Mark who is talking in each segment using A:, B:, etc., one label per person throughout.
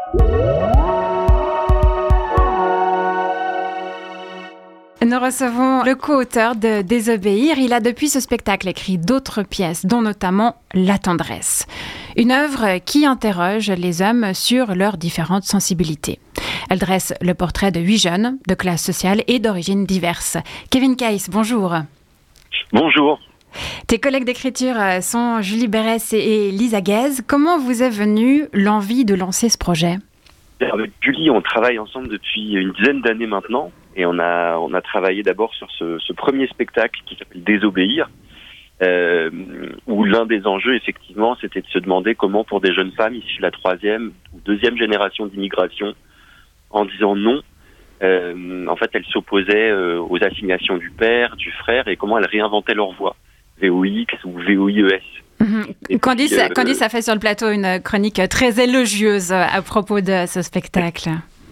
A: Nous recevons le co-auteur de Désobéir. Il a depuis ce spectacle écrit d'autres pièces, dont notamment La tendresse. Une œuvre qui interroge les hommes sur leurs différentes sensibilités. Elle dresse le portrait de 8 jeunes, de classes sociales et d'origines diverses. Kevin Caiss, bonjour.
B: Bonjour.
A: Tes collègues d'écriture sont Julie Berès et Lisa Guèze. Comment vous est venue l'envie de lancer ce projet ?
B: Avec Julie, on travaille ensemble depuis une dizaine d'années maintenant. Et on a travaillé d'abord sur ce premier spectacle qui s'appelle Désobéir, où l'un des enjeux, effectivement, c'était de se demander comment, pour des jeunes femmes issues de la 3e ou 2e génération d'immigration, en disant non, en fait, elles s'opposaient aux assignations du père, du frère, et comment elles réinventaient leur voix, VOX ou VOIES.
A: Candice a fait sur le plateau une chronique très élogieuse à propos de ce spectacle.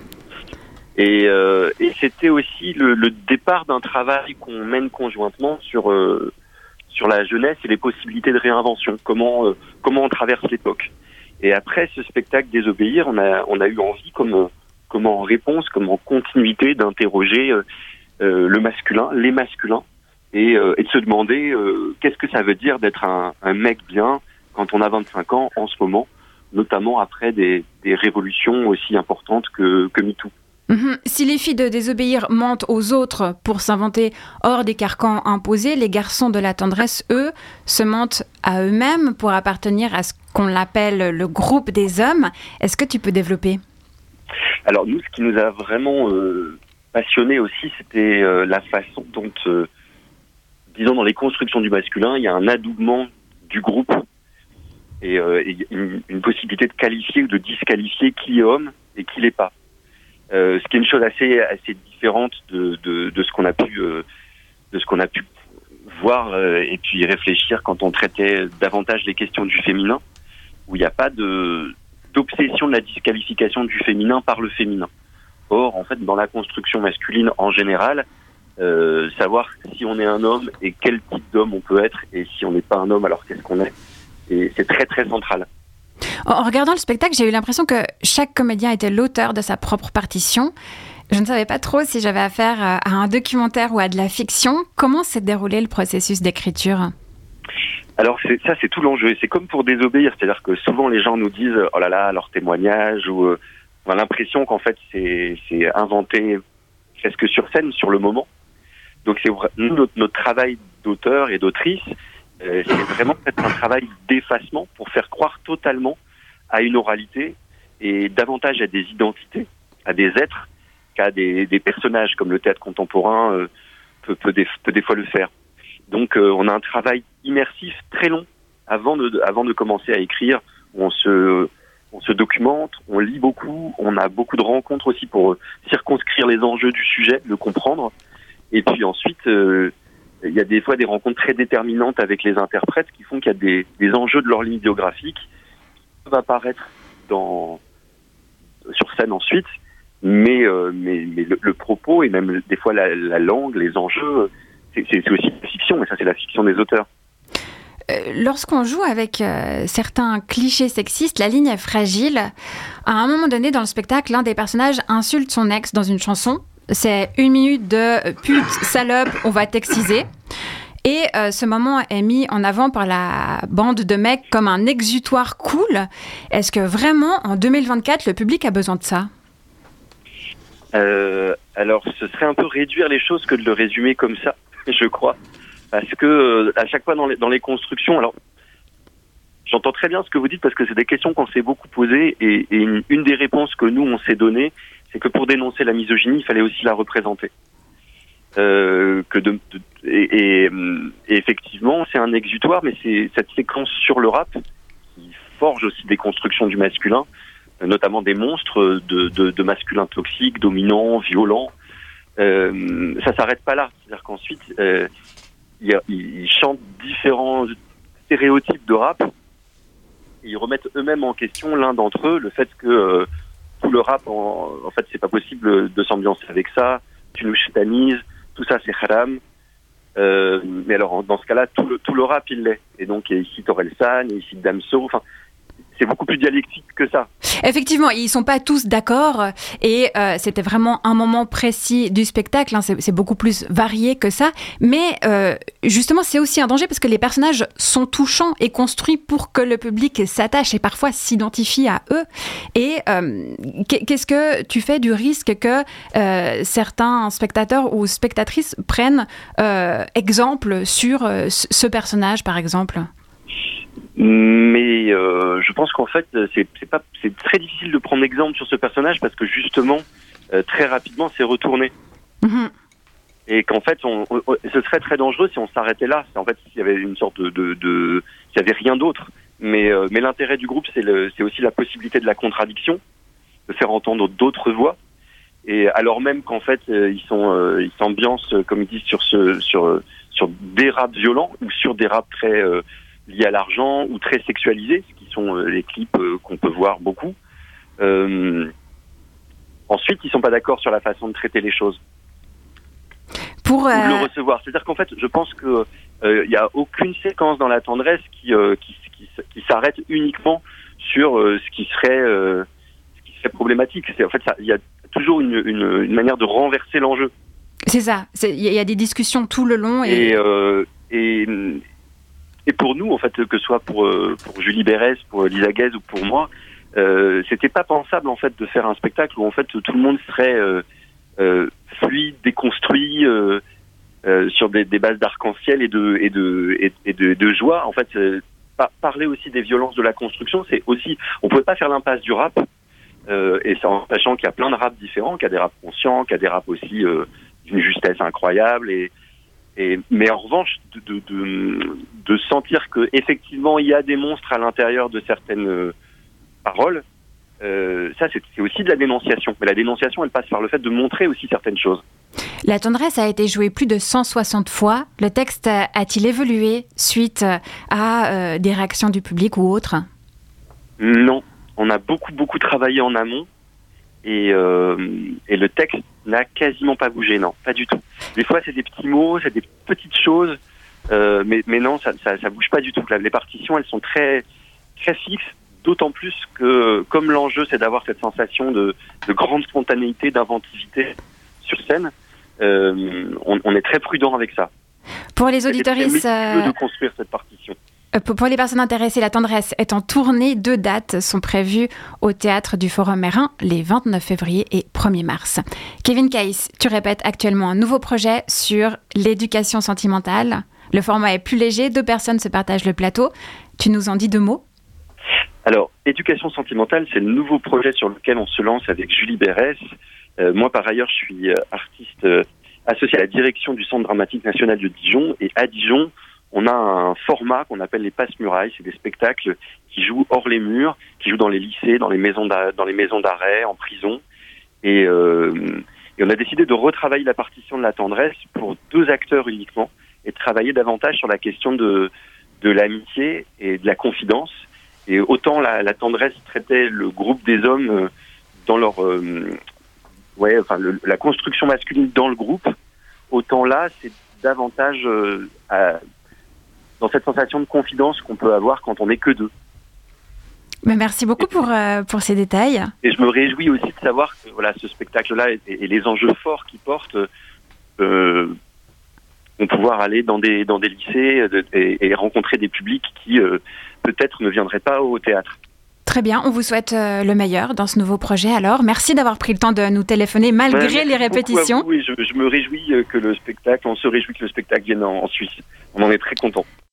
B: Et c'était aussi le départ d'un travail qu'on mène conjointement sur la jeunesse et les possibilités de réinvention. Comment on traverse l'époque. Et après ce spectacle Désobéir, on a eu envie, comme en réponse, comme en continuité, d'interroger le masculin, les masculins, et de se demander qu'est-ce que ça veut dire d'être un mec bien quand on a 25 ans en ce moment, notamment après des révolutions aussi importantes que MeToo.
A: Si les filles de Désobéir mentent aux autres pour s'inventer hors des carcans imposés, les garçons de La tendresse, eux, se mentent à eux-mêmes pour appartenir à ce qu'on appelle le groupe des hommes. Est-ce que tu peux développer ?
B: Alors nous, ce qui nous a vraiment passionnés aussi, c'était la façon dont, disons, dans les constructions du masculin, il y a un adoubement du groupe et une possibilité de qualifier ou de disqualifier qui est homme et qui l'est pas. Ce qui est une chose assez différente de ce qu'on a pu voir et puis réfléchir quand on traitait davantage les questions du féminin, où il n'y a pas d'obsession de la disqualification du féminin par le féminin. Or, en fait, dans la construction masculine en général, savoir si on est un homme et quel type d'homme on peut être, et si on n'est pas un homme, alors qu'est-ce qu'on est, et c'est très très central.
A: En regardant le spectacle, j'ai eu l'impression que chaque comédien était l'auteur de sa propre partition. Je ne savais pas trop si j'avais affaire à un documentaire ou à de la fiction. Comment s'est déroulé le processus d'écriture ?
B: Alors c'est tout l'enjeu. Et c'est comme pour Désobéir, c'est-à-dire que souvent les gens nous disent « Oh là là, leur témoignage » ou on a l'impression qu'en fait c'est inventé presque sur scène, sur le moment. Donc c'est notre travail d'auteur et d'autrice, c'est vraiment un travail d'effacement pour faire croire totalement à une oralité et davantage à des identités, à des êtres, qu'à des personnages, comme le théâtre contemporain peut des fois le faire. Donc on a un travail immersif très long avant de commencer à écrire, où on se documente, on lit beaucoup, on a beaucoup de rencontres aussi pour circonscrire les enjeux du sujet, le comprendre. Et puis ensuite, il y a des fois des rencontres très déterminantes avec les interprètes qui font qu'il y a des enjeux de leur ligne biographique qui peuvent apparaître sur scène ensuite, mais le propos et même des fois la langue, les enjeux, c'est aussi la fiction, mais ça c'est la fiction des auteurs.
A: Lorsqu'on joue avec certains clichés sexistes, la ligne est fragile. À un moment donné dans le spectacle, l'un des personnages insulte son ex dans une chanson. C'est 1 minute de « pute, salope, on va t'exciser ». Et ce moment est mis en avant par la bande de mecs comme un exutoire cool. Est-ce que vraiment, en 2024, le public a besoin de ça ?
B: Alors, ce serait un peu réduire les choses que de le résumer comme ça, je crois. Parce que à chaque fois dans les constructions, alors j'entends très bien ce que vous dites parce que c'est des questions qu'on s'est beaucoup posées et une des réponses que nous on s'est données, c'est que pour dénoncer la misogynie, il fallait aussi la représenter. Et effectivement, c'est un exutoire, mais c'est cette séquence sur le rap qui forge aussi des constructions du masculin, notamment des monstres de masculins toxiques, dominants, violents. Ça s'arrête pas là, c'est-à-dire qu'ensuite ils chantent différents stéréotypes de rap et ils remettent eux-mêmes en question, l'un d'entre eux, le fait que tout le rap, en fait, c'est pas possible de s'ambiancer avec ça, tu nous chétanises, tout ça c'est haram. Mais alors, dans ce cas-là, tout le rap, il l'est. Et donc, il y a ici Torelsan, il y a ici Damso, enfin, c'est beaucoup plus dialectique que ça.
A: Effectivement, ils sont pas tous d'accord et c'était vraiment un moment précis du spectacle. Hein, c'est beaucoup plus varié que ça. Mais justement, c'est aussi un danger parce que les personnages sont touchants et construits pour que le public s'attache et parfois s'identifie à eux. Et qu'est-ce que tu fais du risque que certains spectateurs ou spectatrices prennent exemple sur ce personnage, par exemple ?
B: Mais je pense qu'en fait, c'est très difficile de prendre exemple sur ce personnage parce que justement, très rapidement, c'est retourné.
A: Mmh.
B: Et qu'en fait, ce serait très dangereux si on s'arrêtait là. En fait, s'il y avait une sorte s'il y avait rien d'autre. Mais l'intérêt du groupe, c'est aussi la possibilité de la contradiction, de faire entendre d'autres voix. Et alors même qu'en fait, ils s'ambiancent, comme ils disent, sur des raps violents ou sur des raps très liés à l'argent ou très sexualisés, ce qui sont les clips qu'on peut voir beaucoup. Ensuite, ils sont pas d'accord sur la façon de traiter les choses. Ou de le recevoir. C'est-à-dire qu'en fait, je pense que y a aucune séquence dans La Tendresse qui s'arrête uniquement sur ce qui serait problématique. En fait, il y a toujours une manière de renverser l'enjeu.
A: C'est ça. Il y a des discussions tout le long.
B: Et pour nous, en fait, que ce soit pour Julie Berès, pour Lisa Guez ou pour moi, c'était pas pensable en fait de faire un spectacle où en fait tout le monde serait fluide, déconstruit, sur des bases d'arc-en-ciel et de joie. En fait, parler aussi des violences de la construction, c'est aussi, on pouvait pas faire l'impasse du rap, et c'est en sachant qu'il y a plein de raps différents, qu'il y a des raps conscients, qu'il y a des raps aussi d'une justesse incroyable mais en revanche, de sentir que effectivement il y a des monstres à l'intérieur de certaines paroles, ça c'est aussi de la dénonciation. Mais la dénonciation, elle passe par le fait de montrer aussi certaines choses.
A: La Tendresse a été jouée plus de 160 fois. Le texte a-t-il évolué suite à des réactions du public ou autres ?
B: Non, on a beaucoup travaillé en amont. Et le texte n'a quasiment pas bougé, non, pas du tout. Des fois, c'est des petits mots, c'est des petites choses, mais non, ça bouge pas du tout. Les partitions, elles sont très fixes, d'autant plus que, comme l'enjeu, c'est d'avoir cette sensation de grande spontanéité, d'inventivité sur scène, on est très prudent avec ça.
A: Pour les auditoristes...
B: C'est de construire cette partition.
A: Pour les personnes intéressées, La Tendresse est en tournée. 2 dates sont prévues au Théâtre du Forum Meyrin, les 29 février et 1er mars. Kevin Caiss, tu répètes actuellement un nouveau projet sur l'éducation sentimentale. Le format est plus léger, 2 personnes se partagent le plateau. Tu nous en dis 2 mots ?
B: Alors, éducation sentimentale, c'est le nouveau projet sur lequel on se lance avec Julie Berès. Moi, par ailleurs, je suis artiste associé à la direction du Centre dramatique national de Dijon. Et à Dijon, on a un format qu'on appelle les passe-murailles. C'est des spectacles qui jouent hors les murs, qui jouent dans les lycées, dans les maisons d'arrêt, en prison. Et on a décidé de retravailler la partition de La Tendresse pour 2 acteurs uniquement et de travailler davantage sur la question de l'amitié et de la confidence. Et autant la Tendresse traitait le groupe des hommes dans leur la construction masculine dans le groupe, autant là c'est davantage dans cette sensation de confidence qu'on peut avoir quand on n'est que 2.
A: Mais merci beaucoup pour ces détails.
B: Et je me réjouis aussi de savoir que ce spectacle-là et les enjeux forts qu'il porte vont pouvoir aller dans des lycées et rencontrer des publics qui peut-être ne viendraient pas au théâtre.
A: Très bien, on vous souhaite le meilleur dans ce nouveau projet alors. Merci d'avoir pris le temps de nous téléphoner malgré les répétitions.
B: Oui, je me réjouis on se réjouit que le spectacle vienne en Suisse. On en est très contents.